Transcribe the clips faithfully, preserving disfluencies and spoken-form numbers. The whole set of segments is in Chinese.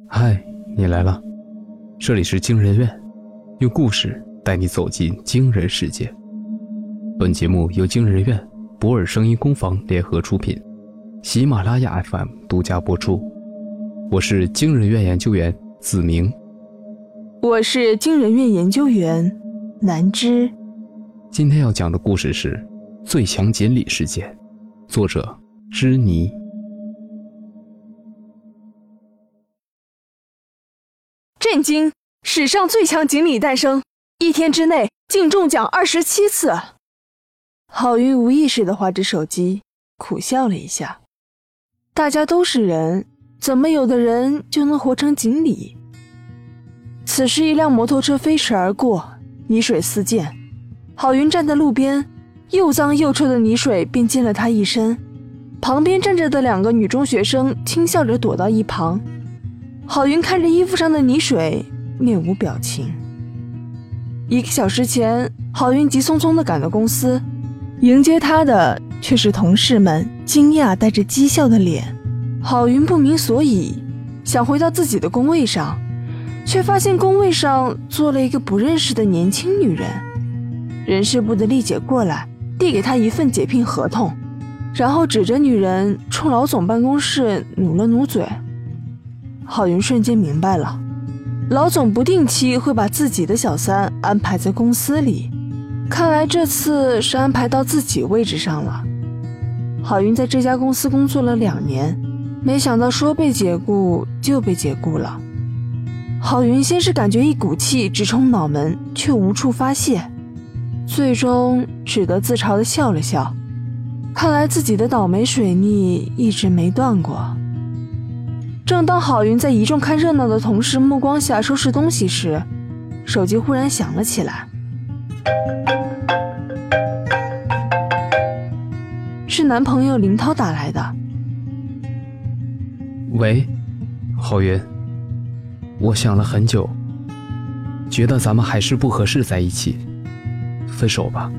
嗨，你来了，这里是惊人院，用故事带你走进惊人世界。本节目由惊人院、博尔声音工坊联合出品，喜马拉雅 F M 独家播出。我是惊人院研究员子明， 我是惊人院研究员南芝。 今天要讲的故事是最强锦鲤事件，作者芝妮。 震惊！史上最强锦鲤诞生，一天之内竟中奖二十七次。郝云无意识地划着手机，苦笑了一下。大家都是人，怎么有的人就能活成锦鲤？此时一辆摩托车飞驰而过，泥水四溅。郝云站在路边，又脏又臭的泥水便溅了他一身。旁边站着的两个女中学生轻笑着躲到一旁。郝云看着衣服上的泥水，面无表情。一个小时前，郝云急匆匆地赶到公司，迎接他的却是同事们惊讶带着讥笑的脸。郝云不明所以，想回到自己的工位上，却发现工位上坐了一个不认识的年轻女人。人事部的丽姐过来，递给他一份解聘合同，然后指着女人冲老总办公室努了努嘴。郝云瞬间明白了，老总不定期会把自己的小三安排在公司里，看来这次是安排到自己位置上了。郝云在这家公司工作了两年，没想到说被解雇就被解雇了。郝云先是感觉一股气直冲脑门，却无处发泄，最终只得自嘲地笑了笑，看来自己的倒霉水逆一直没断过。正当郝云在一众看热闹的同事目光下收拾东西时，手机忽然响了起来。是男朋友林涛打来的。 喂，郝云，我想了很久，觉得咱们还是不合适在一起，分手吧。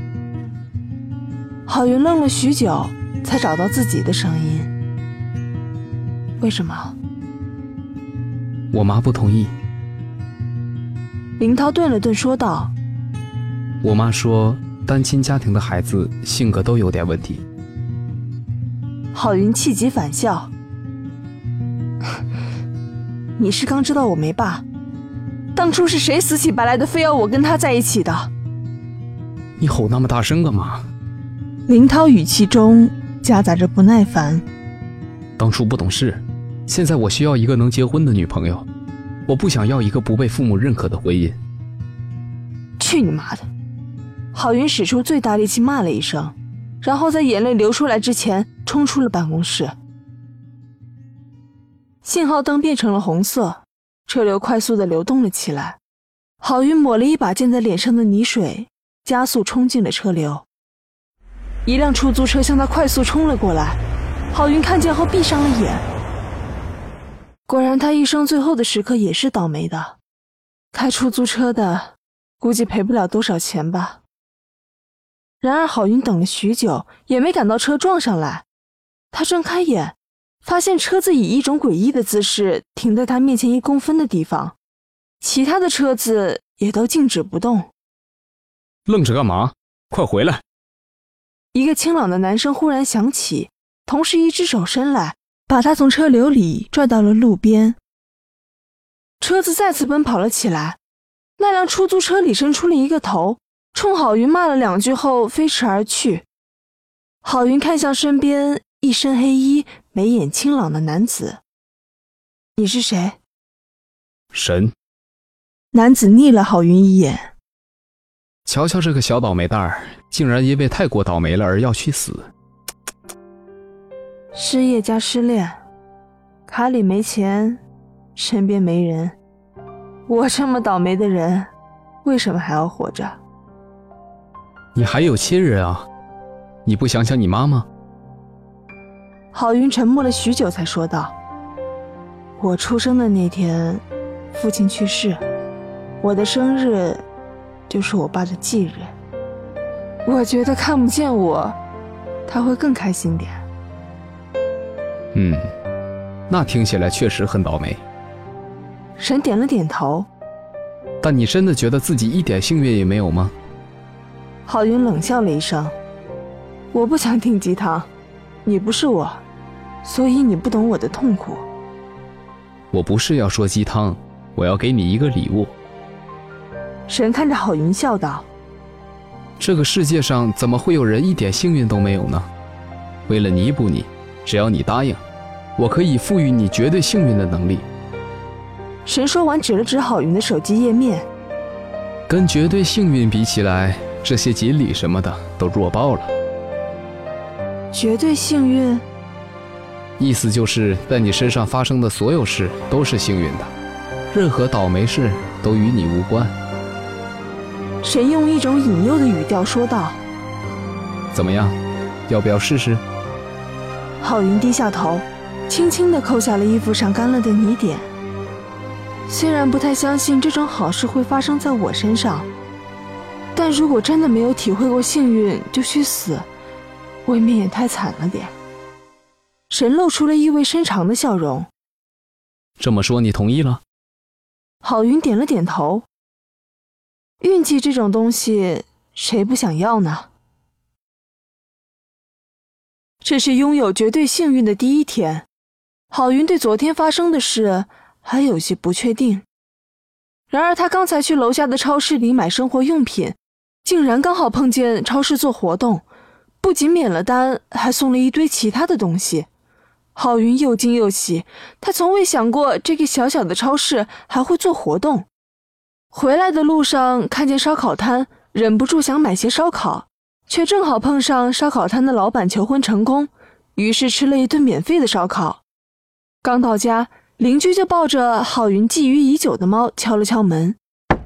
郝云愣了许久，才找到自己的声音。为什么？ 我妈不同意。 林涛顿了顿说道。 我妈说单亲家庭的孩子性格都有点问题。 郝云气急反笑。你是刚知道我没爸，当初是谁死乞白赖的非要我跟他在一起的？ 你吼那么大声干嘛？ 林涛语气中夹杂着不耐烦。 当初不懂事，现在我需要一个能结婚的女朋友，我不想要一个不被父母认可的婚姻。 去你妈的！郝云使出最大力气骂了一声，然后在眼泪流出来之前冲出了办公室。信号灯变成了红色，车流快速地流动了起来。郝云抹了一把溅在脸上的泥水，加速冲进了车流。一辆出租车向他快速冲了过来，郝云看见后闭上了眼。果然他一生最后的时刻也是倒霉的，开出租车的估计赔不了多少钱吧。然而郝云等了许久也没赶到车撞上来，他睁开眼，发现车子以一种诡异的姿势停在他面前一公分的地方，其他的车子也都静止不动。 愣着干嘛？快回来！ 一个清朗的男声忽然响起，同时一只手伸来，把他从车流里拽到了路边。车子再次奔跑了起来，那辆出租车里伸出了一个头，冲郝云骂了两句后飞驰而去。郝云看向身边一身黑衣眉眼清朗的男子。你是谁？ 神。 男子睨了郝云一眼。 瞧瞧这个小倒霉蛋儿，竟然因为太过倒霉了而要去死。 失业加失恋，卡里没钱，身边没人，我这么倒霉的人为什么还要活着？ 你还有亲人啊，你不想想你妈吗？ 郝云沉默了许久才说道。我出生的那天父亲去世，我的生日就是我爸的忌日，我觉得看不见我他会更开心点。 嗯，那听起来确实很倒霉。 神点了点头。 但你真的觉得自己一点幸运也没有吗？ 郝云冷笑了一声，我不想听鸡汤，你不是我，所以你不懂我的痛苦。 我不是要说鸡汤，我要给你一个礼物。 神看着郝云笑道， 这个世界上怎么会有人一点幸运都没有呢？为了弥补你，只要你答应，我可以赋予你绝对幸运的能力。 神说完指了指郝云的手机页面， 跟绝对幸运比起来，这些锦鲤什么的都弱爆了。 绝对幸运？ 意思就是在你身上发生的所有事都是幸运的，任何倒霉事都与你无关。 神用一种引诱的语调说道， 怎么样，要不要试试？ 郝云低下头，轻轻地扣下了衣服上干了的泥点。虽然不太相信这种好事会发生在我身上，但如果真的没有体会过幸运就去死，未免也太惨了点。神露出了意味深长的笑容。 这么说你同意了？ 郝云点了点头。运气这种东西，谁不想要呢？这是拥有绝对幸运的第一天，郝云对昨天发生的事还有些不确定。然而他刚才去楼下的超市里买生活用品，竟然刚好碰见超市做活动，不仅免了单，还送了一堆其他的东西。郝云又惊又喜，他从未想过这个小小的超市还会做活动。回来的路上看见烧烤摊，忍不住想买些烧烤，却正好碰上烧烤摊的老板求婚成功，于是吃了一顿免费的烧烤。刚到家，邻居就抱着郝云觊觎已久的猫敲了敲门。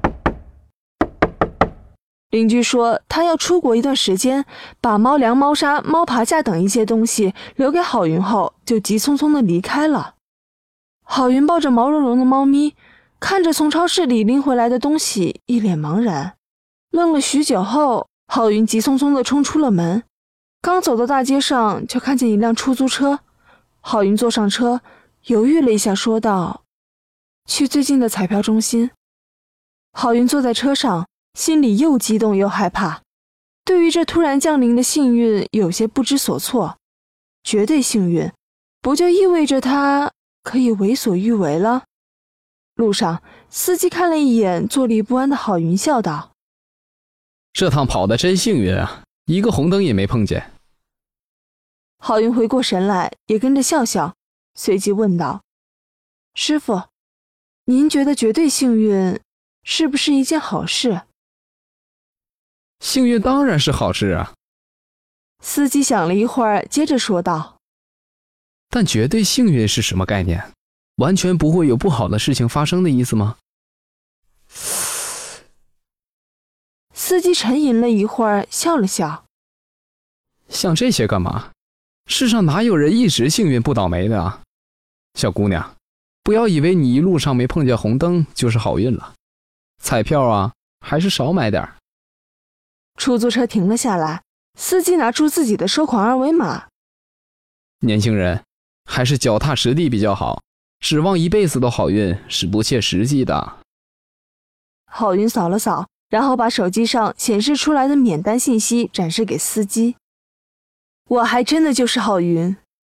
邻居说他要出国一段时间，把猫粮、猫砂、猫爬架等一些东西留给郝云后，就急匆匆地离开了。郝云抱着毛茸茸的猫咪，看着从超市里拎回来的东西，一脸茫然。愣了许久后，郝云急匆匆地冲出了门，刚走到大街上，就看见一辆出租车。郝云坐上车，犹豫了一下，说道：“去最近的彩票中心。”郝云坐在车上，心里又激动又害怕，对于这突然降临的幸运有些不知所措。绝对幸运，不就意味着他可以为所欲为了？路上，司机看了一眼坐立不安的郝云，笑道：“ 这趟跑得真幸运啊，一个红灯也没碰见。” 郝云回过神来，也跟着笑笑，随即问道：“师傅，您觉得绝对幸运是不是一件好事？”“ 幸运当然是好事啊。” 司机想了一会儿，接着说道：“ 但绝对幸运是什么概念？完全不会有不好的事情发生的意思吗？” 司机沉吟了一会儿，笑了笑：“ 想这些干嘛？世上哪有人一直幸运不倒霉的啊？小姑娘，不要以为你一路上没碰见红灯就是好运了，彩票啊，还是少买点。” 出租车停了下来，司机拿出自己的收款二维码：“ 年轻人，还是脚踏实地比较好，指望一辈子的好运是不切实际的。” 郝云扫了扫，然后把手机上显示出来的免单信息展示给司机：“我还真的就是郝云。”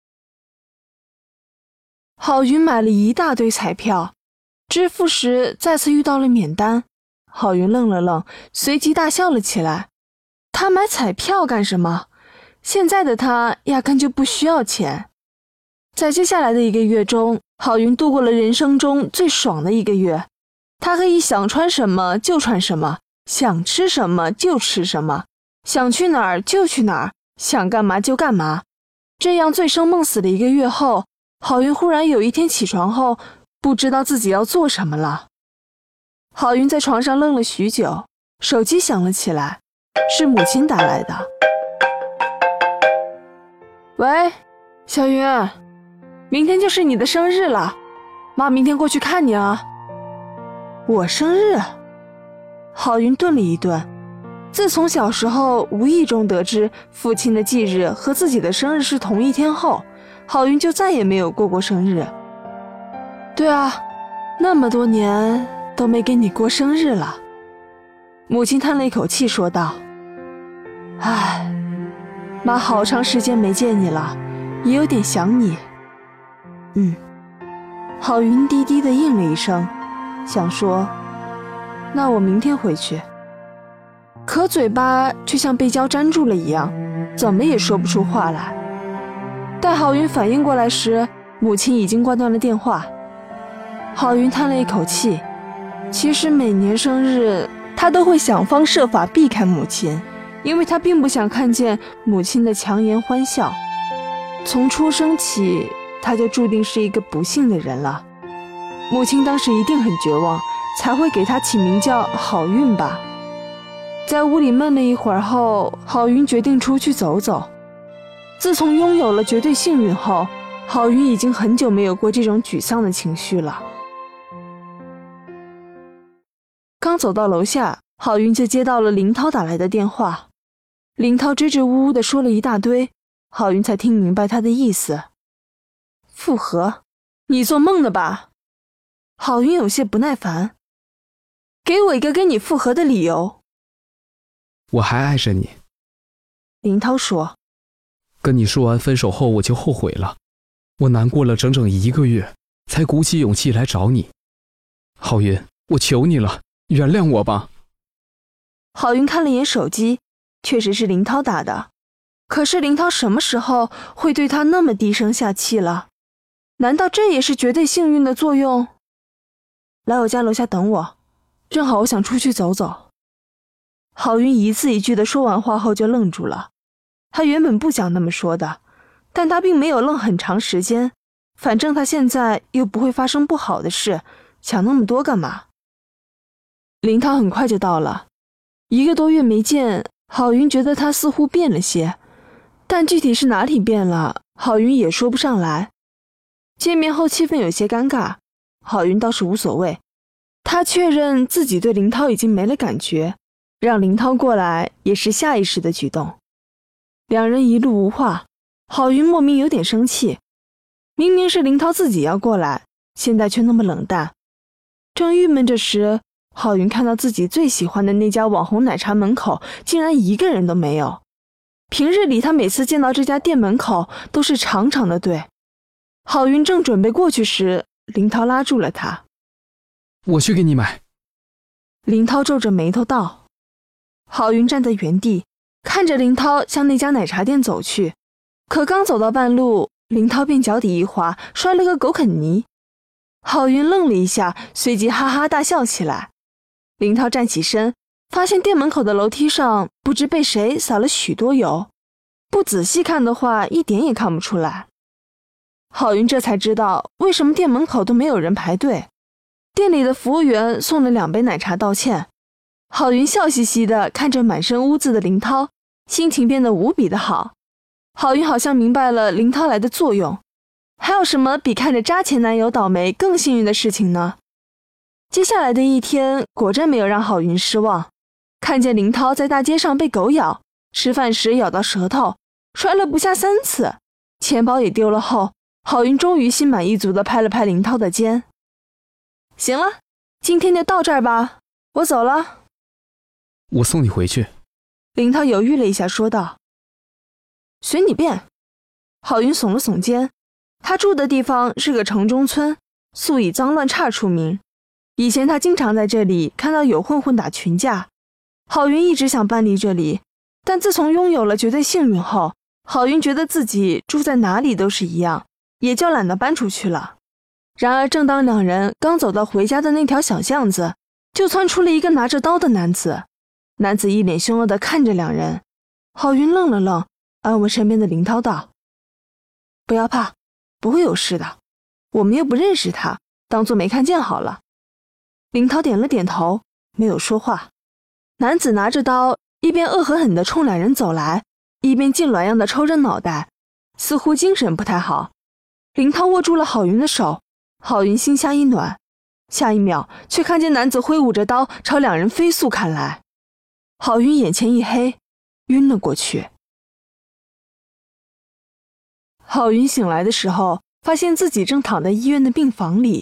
郝云买了一大堆彩票，支付时再次遇到了免单。郝云愣了愣，随即大笑了起来。他买彩票干什么？现在的他压根就不需要钱。在接下来的一个月中，郝云度过了人生中最爽的一个月。他可以想穿什么就穿什么，想吃什么就吃什么，想去哪儿就去哪儿，想干嘛就干嘛。这样醉生梦死的一个月后，郝云忽然有一天起床后，不知道自己要做什么了。郝云在床上愣了许久，手机响了起来，是母亲打来的。“喂，小云，明天就是你的生日了，妈明天过去看你啊。”“我生日？”郝云顿了一顿，自从小时候无意中得知父亲的忌日和自己的生日是同一天后，郝云就再也没有过过生日。“对啊， 那么多年都没给你过生日了。母亲叹了一口气说道：唉，妈好长时间没见你了，也有点想你。嗯。郝云低低地应了一声，想说那我明天回去，可嘴巴却像被胶粘住了一样，怎么也说不出话来。待郝云反应过来时，母亲已经挂断了电话。郝云叹了一口气，其实每年生日他都会想方设法避开母亲，因为他并不想看见母亲的强颜欢笑。从出生起他就注定是一个不幸的人了。母亲当时一定很绝望，才会给他起名叫好运吧。在屋里闷了一会儿后，郝云决定出去走走。自从拥有了绝对幸运后，郝云已经很久没有过这种沮丧的情绪了。刚走到楼下，郝云就接到了林涛打来的电话。林涛支支吾吾地说了一大堆，郝云才听明白他的意思。复合？你做梦的吧？郝云有些不耐烦。给我一个跟你复合的理由。 我还爱着你。 林涛说。 跟你说完分手后我就后悔了，我难过了整整一个月，才鼓起勇气来找你。郝云，我求你了，原谅我吧。 郝云看了眼手机，确实是林涛打的。可是林涛什么时候会对他那么低声下气了？难道这也是绝对幸运的作用？来我家楼下等我，正好我想出去走走。郝云一字一句的说完话后就愣住了。他原本不想那么说的，但他并没有愣很长时间，反正他现在又不会发生不好的事，想那么多干嘛？林涛很快就到了，一个多月没见，郝云觉得他似乎变了些，但具体是哪里变了，郝云也说不上来。见面后气氛有些尴尬，郝云倒是无所谓，他确认自己对林涛已经没了感觉，让林涛过来也是下意识的举动。两人一路无话，郝云莫名有点生气，明明是林涛自己要过来，现在却那么冷淡。正郁闷着时，郝云看到自己最喜欢的那家网红奶茶门口竟然一个人都没有。平日里他每次见到这家店门口都是长长的队。郝云正准备过去时，林涛拉住了他。 我去给你买。 林涛皱着眉头道。郝云站在原地，看着林涛向那家奶茶店走去，可刚走到半路，林涛便脚底一滑，摔了个狗啃泥。郝云愣了一下，随即哈哈大笑起来。林涛站起身，发现店门口的楼梯上不知被谁撒了许多油，不仔细看的话一点也看不出来。郝云这才知道为什么店门口都没有人排队，店里的服务员送了两杯奶茶道歉。郝云笑嘻嘻地看着满身污渍的林涛，心情变得无比的好。郝云好像明白了林涛来的作用，还有什么比看着渣前男友倒霉更幸运的事情呢？接下来的一天果真没有让郝云失望，看见林涛在大街上被狗咬，吃饭时咬到舌头，摔了不下三次，钱包也丢了后，郝云终于心满意足地拍了拍林涛的肩。行了，今天就到这儿吧，我走了。 我送你回去。 林涛犹豫了一下说道。随你便。郝云耸了耸肩，他住的地方是个城中村，素以脏乱差出名。以前他经常在这里看到有混混打群架。郝云一直想搬离这里，但自从拥有了绝对幸运后，郝云觉得自己住在哪里都是一样，也就懒得搬出去了。然而正当两人刚走到回家的那条小巷子，就窜出了一个拿着刀的男子。男子一脸凶恶地看着两人。郝云愣了愣，安慰身边的林涛道：不要怕，不会有事的，我们又不认识他，当作没看见好了。林涛点了点头，没有说话。男子拿着刀，一边恶狠狠地冲两人走来，一边痉挛样地抽着脑袋，似乎精神不太好。林涛握住了郝云的手，郝云心下一暖，下一秒却看见男子挥舞着刀朝两人飞速砍来。郝云眼前一黑，晕了过去。郝云醒来的时候，发现自己正躺在医院的病房里，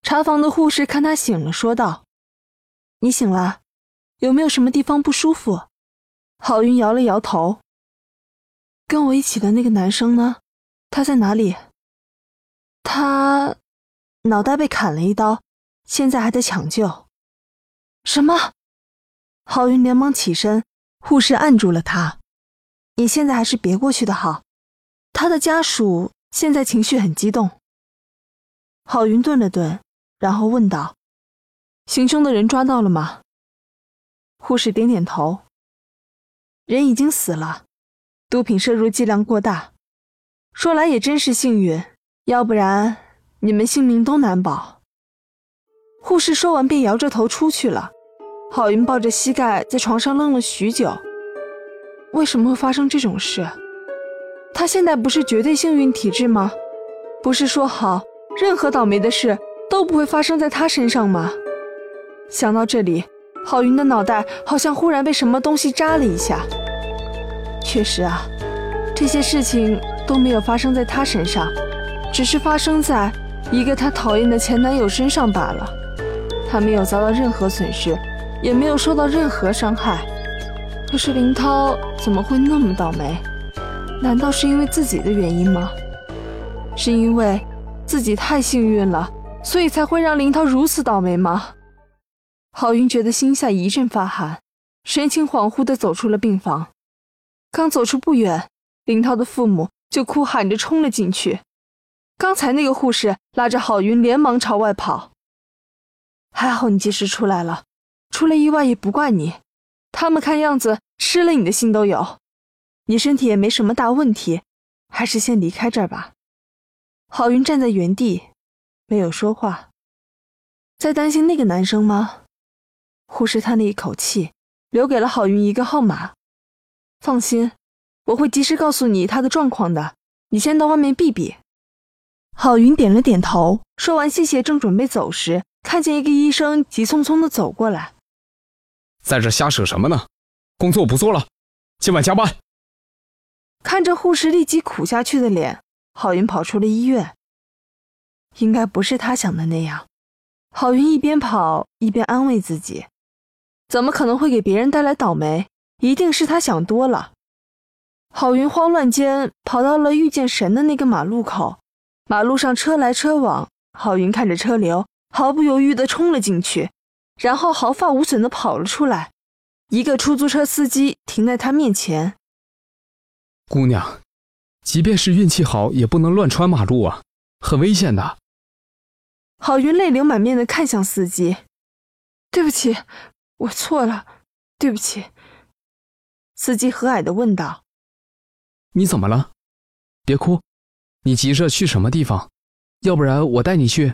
查房的护士看他醒了，说道：“你醒了，有没有什么地方不舒服？”郝云摇了摇头。跟我一起的那个男生呢？他在哪里？他脑袋被砍了一刀，现在还在抢救。什么？郝云连忙起身，护士按住了他。你现在还是别过去的好，他的家属现在情绪很激动。郝云顿了顿，然后问道：行凶的人抓到了吗？护士点点头。人已经死了，毒品摄入剂量过大。说来也真是幸运，要不然你们性命都难保。护士说完便摇着头出去了。郝云抱着膝盖在床上愣了许久。为什么会发生这种事？他现在不是绝对幸运体质吗？不是说好任何倒霉的事都不会发生在他身上吗？想到这里，郝云的脑袋好像忽然被什么东西扎了一下。确实啊，这些事情都没有发生在他身上，只是发生在一个他讨厌的前男友身上罢了。他没有遭到任何损失，也没有受到任何伤害。可是林涛怎么会那么倒霉？难道是因为自己的原因吗？是因为自己太幸运了，所以才会让林涛如此倒霉吗？郝云觉得心下一阵发寒，神情恍惚地走出了病房。刚走出不远，林涛的父母就哭喊着冲了进去。刚才那个护士拉着郝云连忙朝外跑。还好你及时出来了，出了意外也不怪你，他们看样子失了你的心都有。你身体也没什么大问题，还是先离开这儿吧。郝云站在原地没有说话。在担心那个男生吗？护士叹了一口气，留给了郝云一个号码。放心，我会及时告诉你他的状况的，你先到外面避避。郝云点了点头，说完谢谢，正准备走时，看见一个医生急匆匆地走过来。 在这瞎扯什么呢？工作不做了，今晚加班。 看着护士立即苦下去的脸，郝云跑出了医院。应该不是他想的那样。郝云一边跑一边安慰自己，怎么可能会给别人带来倒霉？一定是他想多了。郝云慌乱间跑到了遇见神的那个马路口，马路上车来车往，郝云看着车流，毫不犹豫地冲了进去，然后毫发无损地跑了出来。一个出租车司机停在他面前。 姑娘，即便是运气好，也不能乱穿马路啊，很危险的。 郝云泪流满面地看向司机。对不起，我错了，对不起。司机和蔼地问道。 你怎么了？别哭，你急着去什么地方？要不然我带你去。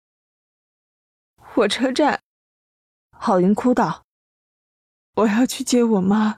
火车站。郝云哭道。我要去接我妈。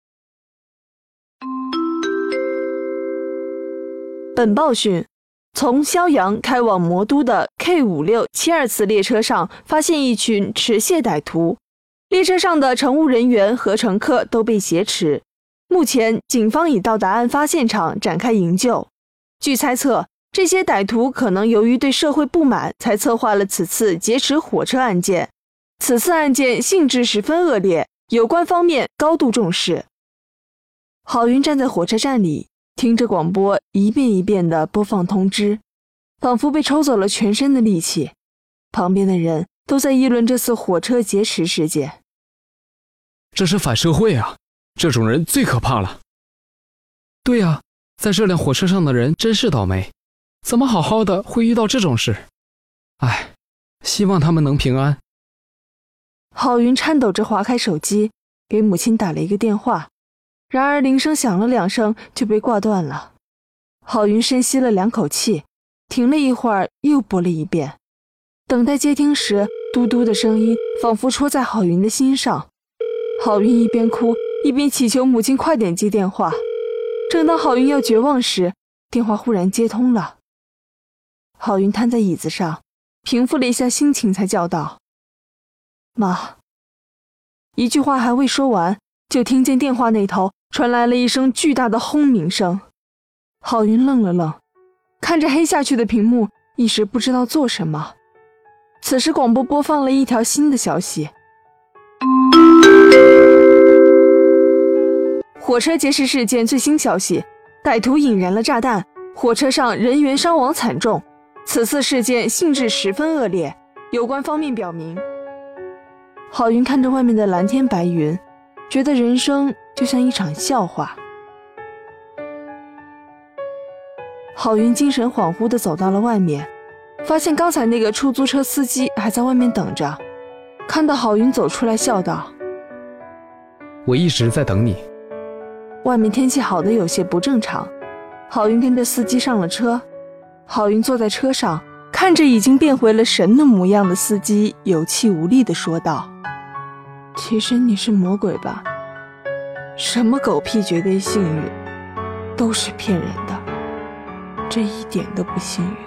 本报讯，从襄阳开往魔都的 K 五六七二次列车上发现一群持械歹徒，列车上的乘务人员和乘客都被挟持。目前警方已到达案发现场展开营救。据猜测，这些歹徒可能由于对社会不满，才策划了此次劫持火车案件。此次案件性质十分恶劣，有关方面高度重视。郝云站在火车站里，听着广播一遍一遍地播放通知，仿佛被抽走了全身的力气。旁边的人都在议论这次火车劫持事件。 这是反社会啊，这种人最可怕了。对啊，在这辆火车上的人真是倒霉，怎么好好的会遇到这种事？唉，希望他们能平安。 郝云颤抖着划开手机，给母亲打了一个电话，然而铃声响了两声就被挂断了。郝云深吸了两口气，停了一会儿又拨了一遍。等待接听时，嘟嘟的声音仿佛戳在郝云的心上。郝云一边哭一边祈求母亲快点接电话。正当郝云要绝望时，电话忽然接通了。郝云瘫在椅子上，平复了一下心情，才叫道：妈。一句话还未说完，就听见电话那头传来了一声巨大的轰鸣声。郝云愣了愣，看着黑下去的屏幕，一时不知道做什么。 此时广播播放了一条新的消息：火车劫持事件最新消息，歹徒引燃了炸弹，火车上人员伤亡惨重，此次事件性质十分恶劣，有关方面表明。郝云看着外面的蓝天白云，觉得人生就像一场笑话。郝云精神恍惚地走到了外面，发现刚才那个出租车司机还在外面等着，看到郝云走出来笑道： 我一直在等你。 外面天气好得有些不正常，郝云跟着司机上了车。郝云坐在车上，看着已经变回了神的模样的司机，有气无力地说道：其实你是魔鬼吧？什么狗屁绝对幸运，都是骗人的，这一点都不幸运。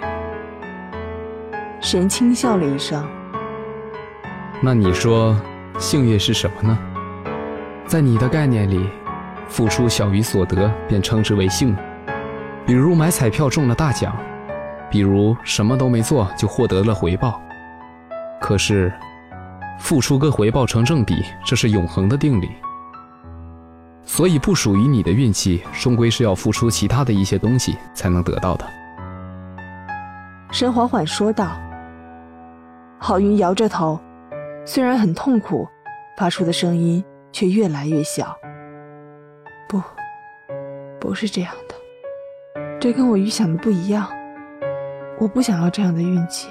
神轻笑了一声： 那你说幸运是什么呢？在你的概念里，付出小于所得便称之为幸运，比如买彩票中了大奖，比如什么都没做就获得了回报。可是付出跟回报成正比，这是永恒的定理。所以不属于你的运气，终归是要付出其他的一些东西才能得到的。 神缓缓说道。郝云摇着头，虽然很痛苦，发出的声音却越来越小。不，不是这样的，这跟我预想的不一样，我不想要这样的运气。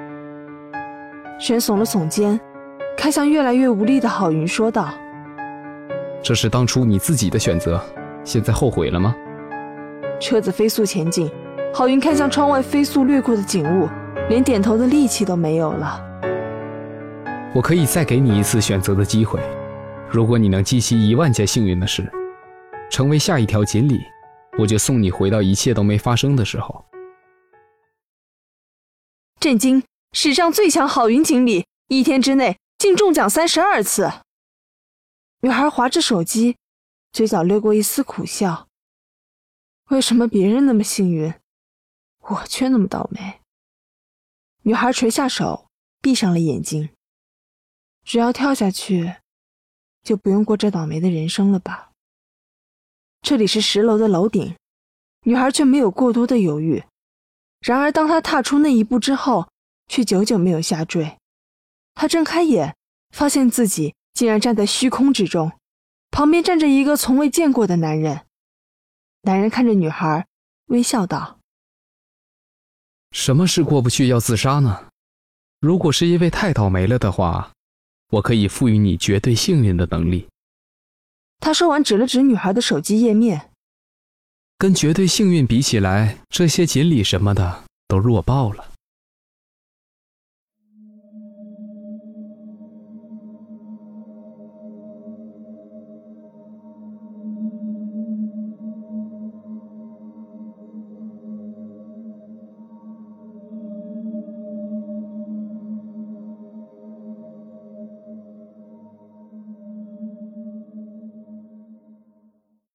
神耸了耸肩，看向越来越无力的郝云说道： 这是当初你自己的选择，现在后悔了吗？ 车子飞速前进，郝云看向窗外飞速掠过的景物，连点头的力气都没有了。 我可以再给你一次选择的机会，如果你能激起一万件幸运的事，成为下一条锦鲤，我就送你回到一切都没发生的时候。 震惊！史上最强郝云锦鲤，一天之内竟中奖三十二次。女孩划着手机，嘴角掠过一丝苦笑。为什么别人那么幸运，我却那么倒霉？女孩垂下手，闭上了眼睛。只要跳下去，就不用过这倒霉的人生了吧。这里是十楼的楼顶，女孩却没有过多的犹豫。然而当她踏出那一步之后，却久久没有下坠。她睁开眼，发现自己竟然站在虚空之中，旁边站着一个从未见过的男人。男人看着女孩，微笑道： 什么事过不去要自杀呢？如果是因为太倒霉了的话，我可以赋予你绝对幸运的能力。 他说完指了指女孩的手机页面。 跟绝对幸运比起来，这些锦鲤什么的都弱爆了。